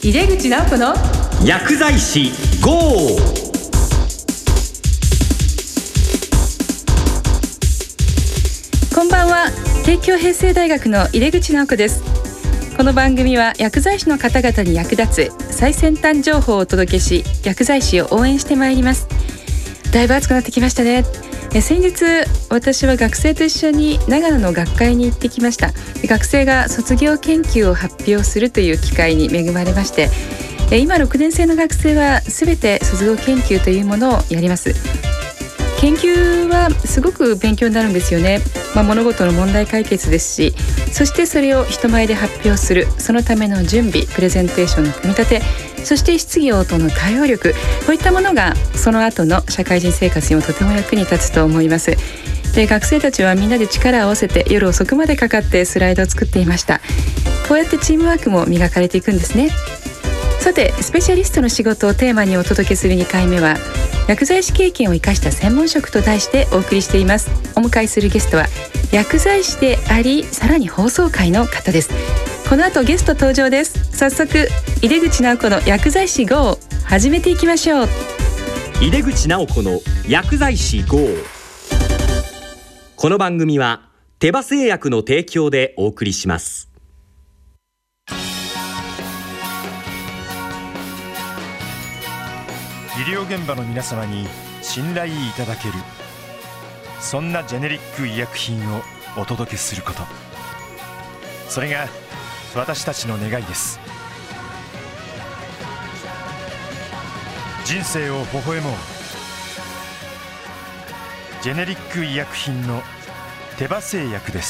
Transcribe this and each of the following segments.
井出口直子の薬剤師 GO! こんばんは。帝京平成大学の井出口直子です。この番組は薬剤師の方々に役立つ最先端情報をお届けし、薬剤師を応援してまいります。だいぶ暑くなってきましたね。先日私は学生と一緒に長野の学会に行ってきました。学生が卒業研究を発表するという機会に恵まれまして、今6年生の学生は全て卒業研究というものをやります。研究はすごく勉強になるんですよね。物事の問題解決ですし、そしてそれを人前で発表する、そのための準備、プレゼンテーションの組み立て、そして質疑応答の対応力、こういったものがその後の社会人生活にもとても役に立つと思います。で、学生たちはみんなで力を合わせて夜遅くまでかかってスライドを作っていました。こうやってチームワークも磨かれていくんですね。さて、スペシャリストの仕事をテーマにお届けする2回目は、薬剤師経験を生かした専門職と題してお送りしています。お迎えするゲストは薬剤師であり、さらに放送界の方です。この後ゲスト登場です。早速、井出口直子の薬剤師 GO! 始めていきましょう。 井出口直子の薬剤師 GO!この番組は手羽製薬の提供でお送りします。 医療現場の皆様に信頼いただける、そんなジェネリック医薬品をお届けすること、それが私たちの願いです。人生を微笑もう。ジェネリック医薬品の手羽製薬です。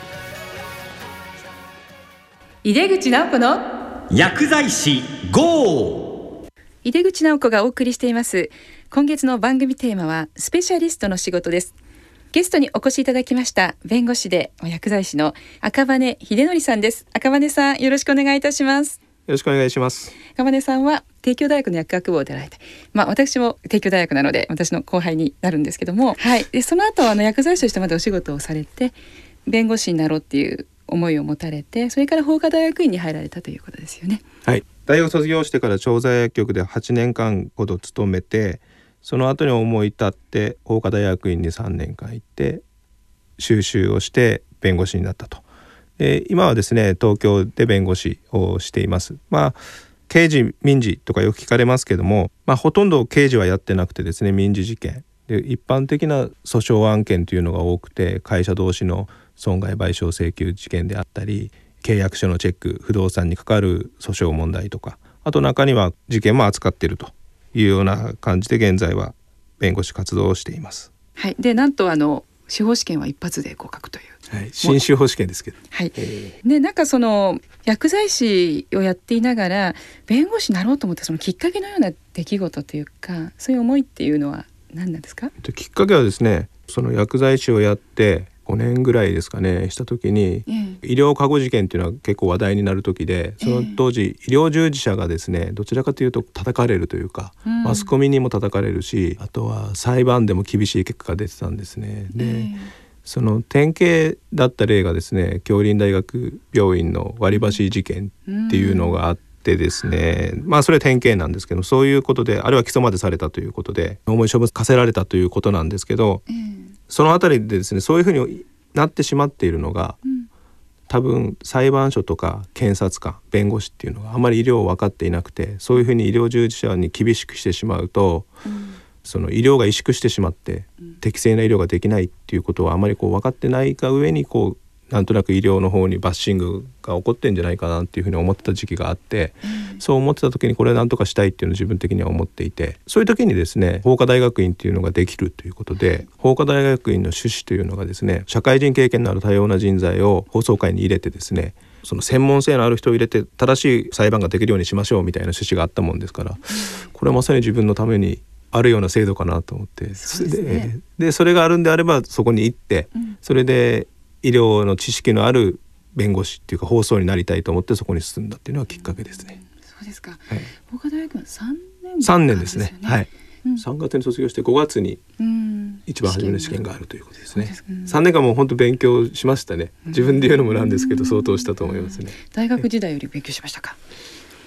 井出口直子の薬剤師 GO! 井出口直子がお送りしています。今月の番組テーマはスペシャリストの仕事です。ゲストにお越しいただきました弁護士で薬剤師の赤羽秀則さんです。赤羽さん、よろしくお願いいたします。 よろしくお願いします。 赤羽さんは帝京大学の薬学部を出られて、私も帝京大学なので私の後輩になるんですけども、でその後薬剤師としてまだお仕事をされて、弁護士になろうっていう思いを持たれて、それから法科大学院に入られたということですよね。 はい、大学卒業してから調剤薬局で8年間ほど勤めて、その後に思い立って法科大学院に3年間行って修習をして弁護士になったと。今はですね、東京で弁護士をしています。刑事民事とかよく聞かれますけども、ほとんど刑事はやってなくてですね、民事事件で一般的な訴訟案件というのが多くて、会社同士の損害賠償請求事件であったり、契約書のチェック、不動産に関わる訴訟問題とか、あと中には事件も扱っているというような感じで現在は弁護士活動をしています。 はい、でなんと司法試験は一発で合格という、 新司法試験ですけど、 でなんかその薬剤師をやっていながら弁護士になろうと思ったそのきっかけのような出来事というか、そういう思いっていうのは何なんですか？ きっかけはですね、その薬剤師をやって5年ぐらいですかねした時に、医療過誤事件っていうのは結構話題になる時で、その当時医療従事者がですね、どちらかというと叩かれるというか、マスコミにも叩かれるし、あとは裁判でも厳しい結果が出てたんですね。で、その典型だった例がですね、杏林大学病院の割り箸事件っていうのがあってですね、それは典型なんですけど、そういうことであれは起訴までされたということで重い処分課せられたということなんですけど、そのあたりでですね、そういうふうになってしまっているのが、多分裁判所とか検察官、弁護士っていうのがあまり医療を分かっていなくて、そういうふうに医療従事者に厳しくしてしまうと、その医療が萎縮してしまって、適正な医療ができないっていうことはあまり分かってないが上になんとなく医療の方にバッシングが起こってんじゃないかなっていうふうに思ってた時期があって、そう思ってた時にこれなんとかしたいっていうのを自分的には思っていて、そういう時にですね、法科大学院っていうのができるということで、法科大学院の趣旨というのがですね、社会人経験のある多様な人材を放送会に入れてですね、その専門性のある人を入れて正しい裁判ができるようにしましょうみたいな趣旨があったもんですから、これはまさに自分のためにあるような制度かなと思って、でそれがあるんであればそこに行って、それで医療の知識のある弁護士っていうか放送になりたいと思ってそこに進んだっていうのがきっかけですね。 そうですか。法科大学は 3年ですね。3月に卒業して5月に一番初めの試験があるということですね。3年間も本当勉強しましたね。自分で言うのもなんですけど相当したと思いますね。 大学時代より勉強しましたか？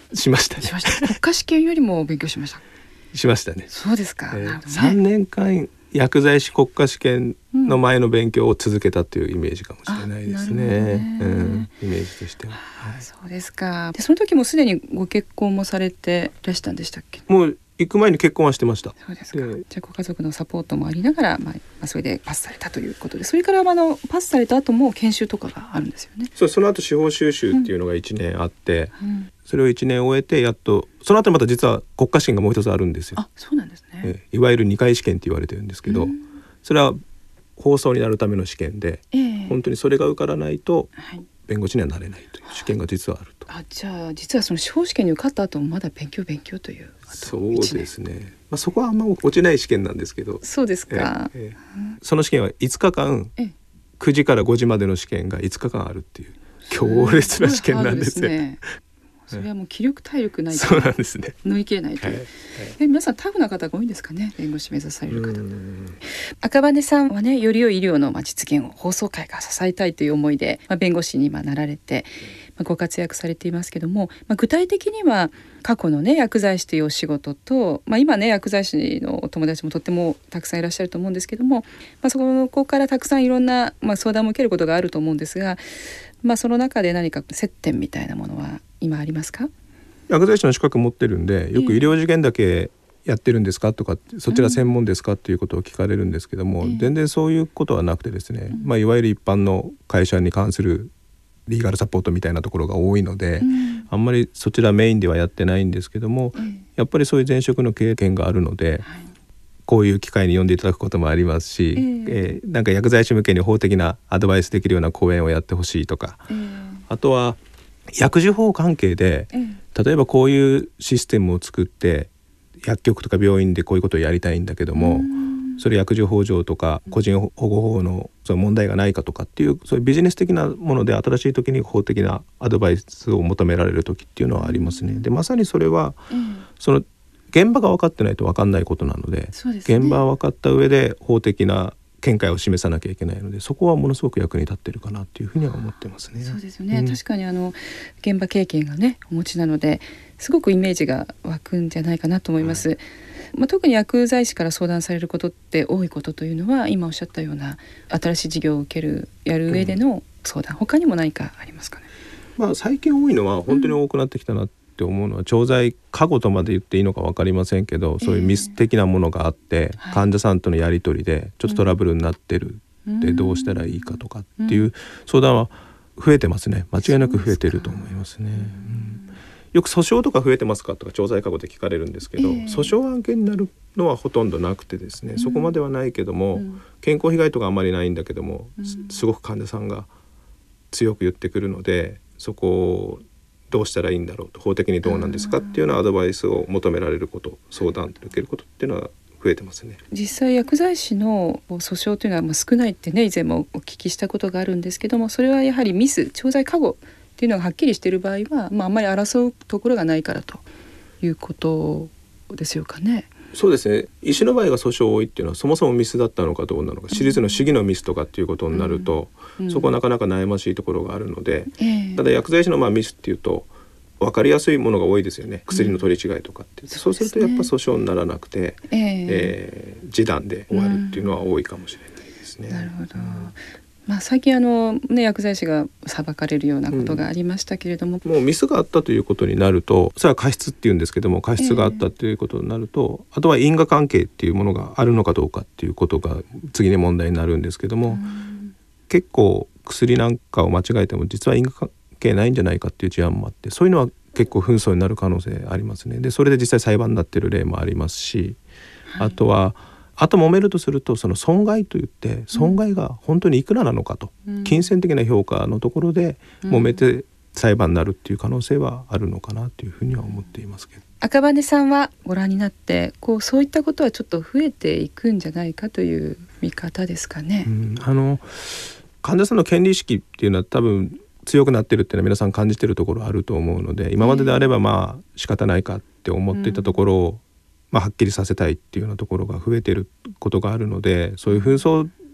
しましたね。 国家試験よりも勉強しました。 しましたね。 そうですか。 3年間薬剤師国家試験の前の勉強を続けたというイメージかもしれないですね。イメージとしては、 そうですか。でその時もすでにご結婚もされていらしたんでしたっけ？ もう行く前に結婚はしてました。 そうですか。じゃあご家族のサポートもありながら、それでパスされたということで、それからパスされた後も研修とかがあるんですよね。 その後司法修習っていうのが1年あって、それを1年終えてやっとその後また実は国家試験がもう一つあるんですよ。 そうなんですね。 いわゆる2回試験って言われてるんですけど、それは法曹になるための試験で、本当にそれが受からないと弁護士にはなれないという試験が実はあると。 じゃあ実はその司法試験に受かった後もまだ勉強という。 そうですね。そこはあんま落ちない試験なんですけど。 そうですか。 その試験は5日間、9時から5時までの試験が5日間あるっていう強烈な試験なんですよ。それはもう気力体力ないと乗り切れないという、皆さんタフな方が多いんですかね、弁護士目指される方。赤羽さんはね、より良い医療の実現を放送界が支えたいという思いで、弁護士になられて、ご活躍されていますけども、具体的には過去のね薬剤師というお仕事と、今ね薬剤師のお友達もとってもたくさんいらっしゃると思うんですけども、そこからたくさんいろんな、相談も受けることがあると思うんですが、その中で何か接点みたいなものは今ありますか？ 薬剤師の資格持ってるんで、よく医療事件だけやってるんですかとか、そちら専門ですかっていうことを聞かれるんですけども、全然そういうことはなくてですね、いわゆる一般の会社に関するリーガルサポートみたいなところが多いので、あんまりそちらメインではやってないんですけども、やっぱりそういう前職の経験があるので、こういう機会に呼んでいただくこともありますし、なんか薬剤師向けに法的なアドバイスできるような講演をやってほしいとか、あとは薬事法関係で、例えばこういうシステムを作って薬局とか病院でこういうことをやりたいんだけども、それ薬事法上とか個人保護法のその問題がないかとかっていう、そういうビジネス的なもので新しい時に法的なアドバイスを求められる時っていうのはありますね。でまさにそれは、その現場が分かってないと分かんないことなので、現場は分かった上で法的な見解を示さなきゃいけないので、そこはものすごく役に立ってるかなっていうふうには思ってますね。 そうですよね、確かに現場経験がねお持ちなので、すごくイメージが湧くんじゃないかなと思います。特に薬剤師から相談されることって多いことというのは、今おっしゃったような新しい事業をやる上での相談、他にも何かありますかね？ 最近多いのは本当に多くなってきたなって思うのは、調剤過誤とまで言っていいのか分かりませんけど、そういうミス的なものがあって、患者さんとのやり取りでちょっとトラブルになってる、でどうしたらいいかとかっていう相談は増えてますね。間違いなく増えてると思いますね。よく訴訟とか増えてますかとか調剤過誤で聞かれるんですけど、訴訟案件になるのはほとんどなくてですね、そこまではないけども、健康被害とかあんまりないんだけども、すごく患者さんが強く言ってくるので、そこをどうしたらいいんだろうと、法的にどうなんですかっていうようなアドバイスを求められること、相談を受けることっていうのは増えてますね。 実際薬剤師の訴訟というのは少ないってね、以前もお聞きしたことがあるんですけども、それはやはりミス、調剤過誤っていうのがはっきりしている場合は、あんまり争うところがないからということですよかね。 そうですね。医師の場合が訴訟多いっていうのは、そもそもミスだったのかどうなのか、私立の主義のミスとかっていうことになると、そこはなかなか悩ましいところがあるので、ただ薬剤師のミスっていうと分かりやすいものが多いですよね。薬の取り違いとかって、そうするとやっぱ訴訟にならなくて、示談で終わるっていうのは多いかもしれないですね。 なるほど。最近薬剤師が裁かれるようなことがありましたけれども、 もうミスがあったということになると、それは過失っていうんですけども、過失があったということになると、あとは因果関係っていうものがあるのかどうかっていうことが次に問題になるんですけども、結構薬なんかを間違えても実は因果関係ないんじゃないかっていう事案もあって、そういうのは結構紛争になる可能性ありますね。でそれで実際裁判になっている例もありますし、あと揉めるとすると、その損害といって、損害が本当にいくらなのかと、金銭的な評価のところで揉めて裁判になるっていう可能性はあるのかなというふうには思っていますけど、 赤羽さんはご覧になってそういったことはちょっと増えていくんじゃないかという見方ですかね。 患者さんの権利意識っていうのは多分強くなってるっていうのは皆さん感じてるところあると思うので、今までであれば仕方ないかって思っていたところをはっきりさせたいっていうようなところが増えてることがあるので、そういう紛争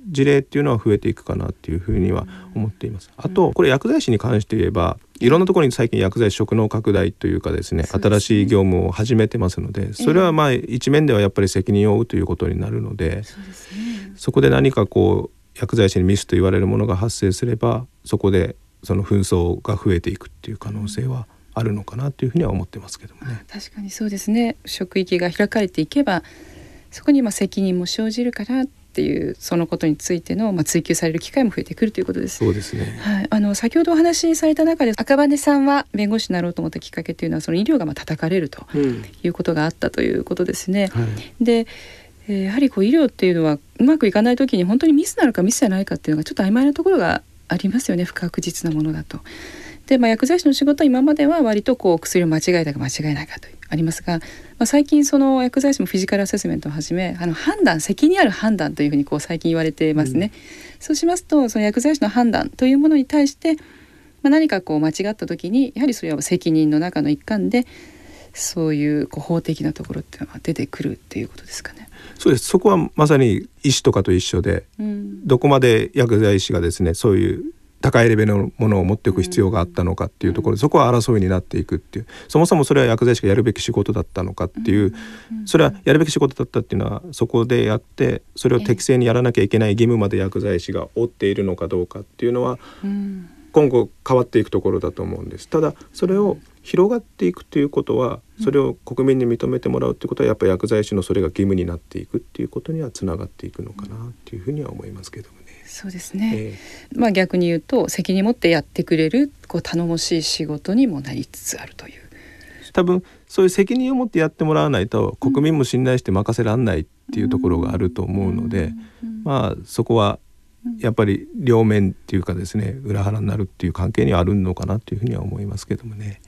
事例っていうのは増えていくかなっていうふうには思っています。あとこれ薬剤師に関して言えばいろんなところに最近薬剤師職能拡大というかですね、新しい業務を始めてますので、それはまあ一面ではやっぱり責任を負うということになるので、そこで何かこう薬剤師にミスと言われるものが発生すれば、そこでその紛争が増えていくっていう可能性はあるのかなというふうには思ってますけどもね。 確かにそうですね。職域が開かれていけばそこに責任も生じるからっていうそのことについての追求される機会も増えてくるということです。 そうですね、 はい、先ほどお話しされた中で赤羽さんは弁護士になろうと思ったきっかけというのはその医療が叩かれるということがあったということですね、でやはり医療っていうのはうまくいかない時に本当にミスなのかミスじゃないかっていうのがちょっと曖昧なところがありますよね、不確実なものだと。で、薬剤師の仕事は今までは割と薬を間違えたか間違えないかとありますが、最近その薬剤師もフィジカルアセスメントをはじめ責任ある判断というふうに最近言われていますね、そうしますとその薬剤師の判断というものに対して、何か間違った時にやはりそれは責任の中の一環でそういう法的なところっていうのが出てくるっていうことですかね。 そうです。そこはまさに医師とかと一緒で、どこまで薬剤師がですねそういう高いレベルのものを持っていく必要があったのかっていうところで、そこは争いになっていくっていう、そもそもそれは薬剤師がやるべき仕事だったのかっていう、それはやるべき仕事だったっていうのはそこでやってそれを適正にやらなきゃいけない義務まで薬剤師が負っているのかどうかっていうのは今後変わっていくところだと思うんです。ただそれを広がっていくということは、それを国民に認めてもらうということはやっぱり薬剤師のそれが義務になっていくっていうことにはつながっていくのかなっていうふうには思いますけどもね。 そうですね、逆に言うと責任持ってやってくれる頼もしい仕事にもなりつつあるという、 多分そういう責任を持ってやってもらわないと国民も信頼して任せられないっていうところがあると思うので、そこはやっぱり両面っていうかですね、裏腹になるっていう関係にはあるのかなというふうには思いますけどもね。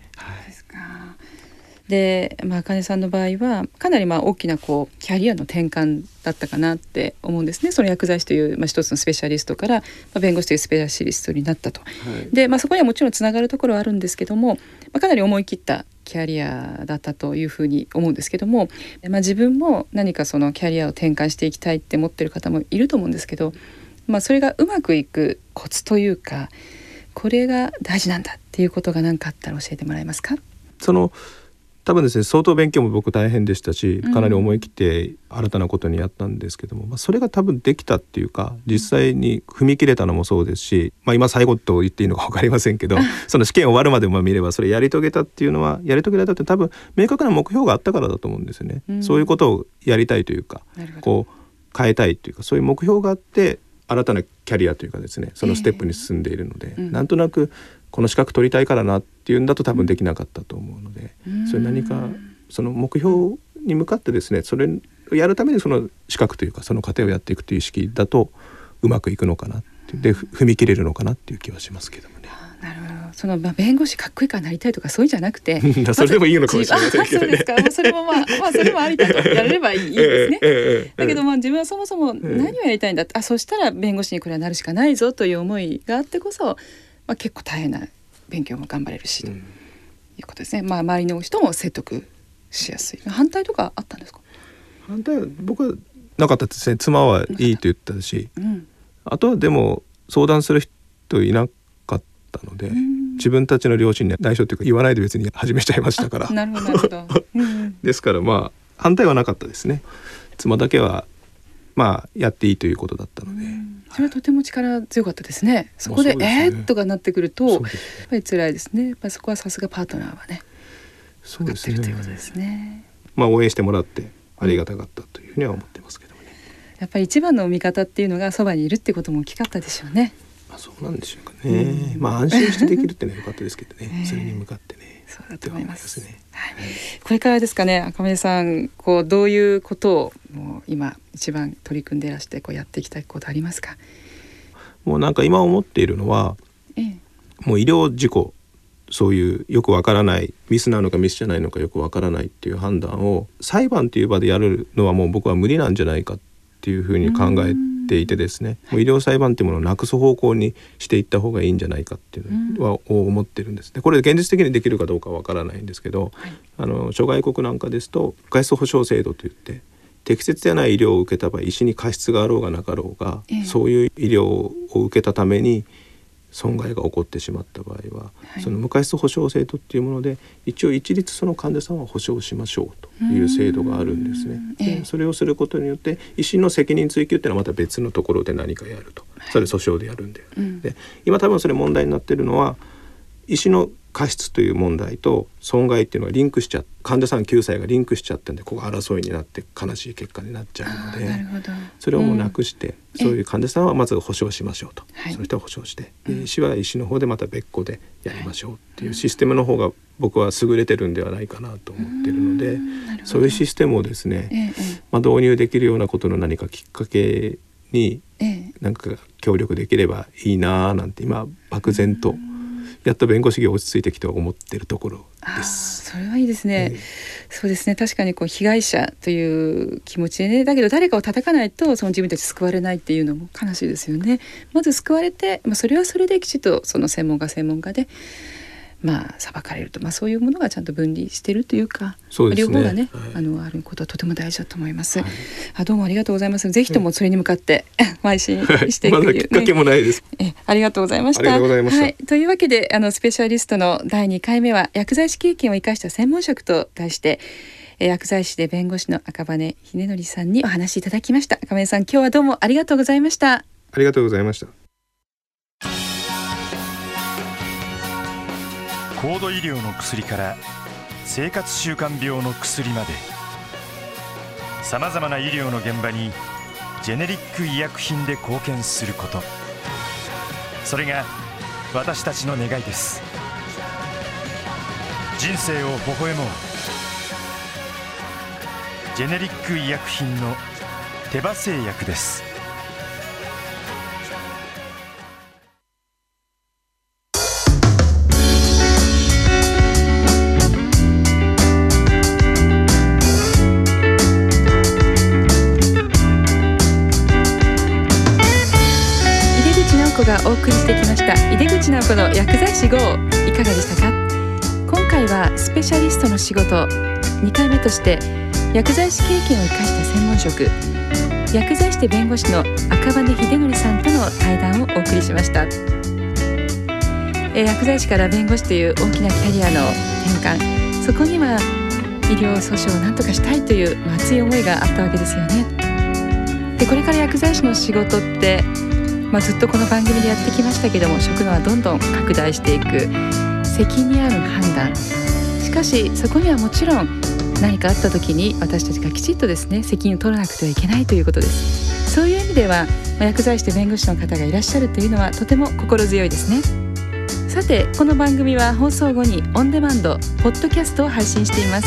で、茜さんの場合はかなり大きなキャリアの転換だったかなって思うんですね。その薬剤師という、一つのスペシャリストから、弁護士というスペシャリストになったと、で、そこにはもちろんつながるところはあるんですけども、かなり思い切ったキャリアだったというふうに思うんですけども、自分も何かそのキャリアを転換していきたいって思ってる方もいると思うんですけど、それがうまくいくコツというか、これが大事なんだっていうことが何かあったら教えてもらえますか？ 多分ですね、相当勉強も僕大変でしたし、かなり思い切って新たなことにやったんですけども、それが多分できたっていうか、実際に踏み切れたのもそうですし、今最後と言っていいのか分かりませんけどその試験終わるまでも見ればそれやり遂げたっていうのは、やり遂げたって多分明確な目標があったからだと思うんですよね、そういうことをやりたいというか、変えたいというか、そういう目標があって新たなキャリアというかですね、そのステップに進んでいるので、なんとなくこの資格取りたいからなっていうんだと多分できなかったと思うので、それ何かその目標に向かってですね、それをやるためにその資格というかその過程をやっていくという意識だとうまくいくのかなってで踏み切れるのかなっていう気はしますけどもね。 なるほど。その弁護士かっこいいからなりたいとかそういうんじゃなくてそれでもいいのかもしれませんけどね。 そうですか。それもそれもありだとやれればいいですね。だけど自分はそもそも何をやりたいんだって、そしたら弁護士にこれはなるしかないぞという思いがあってこそ、結構大変な勉強も頑張れるし、ということですね。周りの人も説得しやすい。反対とかあったんですか？ 反対は僕はなかったですね。妻はいいと言ったし、あとはでも相談する人いなかったので、自分たちの両親に内緒というか言わないで別に始めちゃいましたから。 なるほどなるほど。 ですから反対はなかったですね。妻だけはやっていいということだったので、 それはとても力強かったですね。そこでとかなってくるとやっぱり辛いですね。そこはさすがパートナーはね、分かってるということですね。 応援してもらってありがたかったというふうには思ってますけどもね。 やっぱり一番の味方っていうのがそばにいるってことも大きかったでしょうね。 そうなんでしょうかね。安心してできるってのは良かったですけどね。それに向かってね。 そうだと思いますね。これからですかね、赤嶺さんどういうことを今一番取り組んでいらしてやっていきたいことありますか？ もう今思っているのは、もう医療事故、そういうよくわからないミスなのかミスじゃないのかよくわからないっていう判断を裁判という場でやるのはもう僕は無理なんじゃないかっていうふうに考えていてですね、もう医療裁判っていうものをなくす方向にしていった方がいいんじゃないかっていうのは思ってるんです。でこれ現実的にできるかどうかわからないんですけど、諸外国なんかですと外出保障制度といって適切でない医療を受けた場合、医師に過失があろうがなかろうが、そういう医療を受けたために損害が起こってしまった場合は、その無過失保証制度っていうもので一応一律その患者さんは保証しましょうという制度があるんですね。でそれをすることによって医師の責任追及っていうのはまた別のところで何かやると、それ訴訟でやるんで、で今多分それ問題になっているのは、医師の過失という問題と損害っていうのがリンクしちゃって、患者さん救済がリンクしちゃってんで、ここ争いになって悲しい結果になっちゃうので、それをもうなくして、そういう患者さんはまず保証しましょうと、その人は保証して、医師は医師の方でまた別個でやりましょうっていうシステムの方が僕は優れてるんではないかなと思ってるので、そういうシステムをですね、導入できるようなことの何かきっかけになんか協力できればいいななんて今漠然とやっと弁護士業落ち着いてきて思っているところです。 それはいいですね、そうですね。確かに被害者という気持ちでね、だけど誰かを叩かないとその自分たち救われないっていうのも悲しいですよね。まず救われて、それはそれできちっとその専門家で裁かれると、そういうものがちゃんと分離してるというか、両方がね、あることはとても大事だと思います。どうもありがとうございます。ぜひともそれに向かって邁進していくという、 まだきっかけもないです。 ありがとうございました。 ありがとうございました。 というわけでスペシャリストの第2回目は薬剤師経験を生かした専門職と題して、薬剤師で弁護士の赤羽秀則さんにお話しいただきました。赤羽さん、今日はどうもありがとうございました。 ありがとうございました。 高度医療の薬から生活習慣病の薬まで、さまざまな医療の現場にジェネリック医薬品で貢献すること、それが私たちの願いです。人生を微笑もう。ジェネリック医薬品の手羽製薬です。 がお送りしてきました井出口直子の薬剤師 GO、 いかがでしたか。今回はスペシャリストの仕事2回目として、薬剤師経験を生かした専門職、薬剤師で弁護士の赤羽秀則さんとの対談をお送りしました。薬剤師から弁護士という大きなキャリアの転換、そこには医療訴訟を何とかしたいという熱い思いがあったわけですよね。でこれから薬剤師の仕事ってずっとこの番組でやってきましたけども、職務はどんどん拡大していく、責任ある判断、しかしそこにはもちろん何かあった時に私たちがきちっとですね、責任を取らなくてはいけないということです。そういう意味では薬剤師で弁護士の方がいらっしゃるというのはとても心強いですね。さて、この番組は放送後にオンデマンドポッドキャストを配信しています。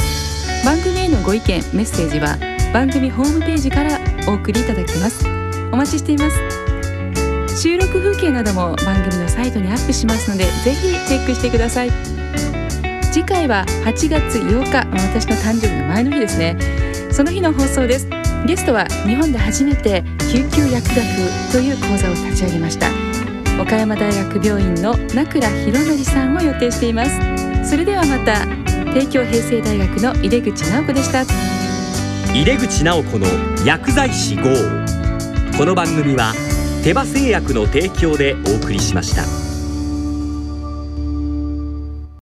番組へのご意見メッセージは番組ホームページからお送りいただけます。お待ちしています。収録風景なども番組のサイトにアップしますので、ぜひチェックしてください。次回は8月8日、私の誕生日の前の日ですね。その日の放送です。ゲストは日本で初めて救急薬学という講座を立ち上げました岡山大学病院の名倉博則さんを予定しています。それではまた。帝京平成大学の井出口直子でした。 井出口直子の薬剤師 GO。 この番組は手羽製薬の提供でお送りしました。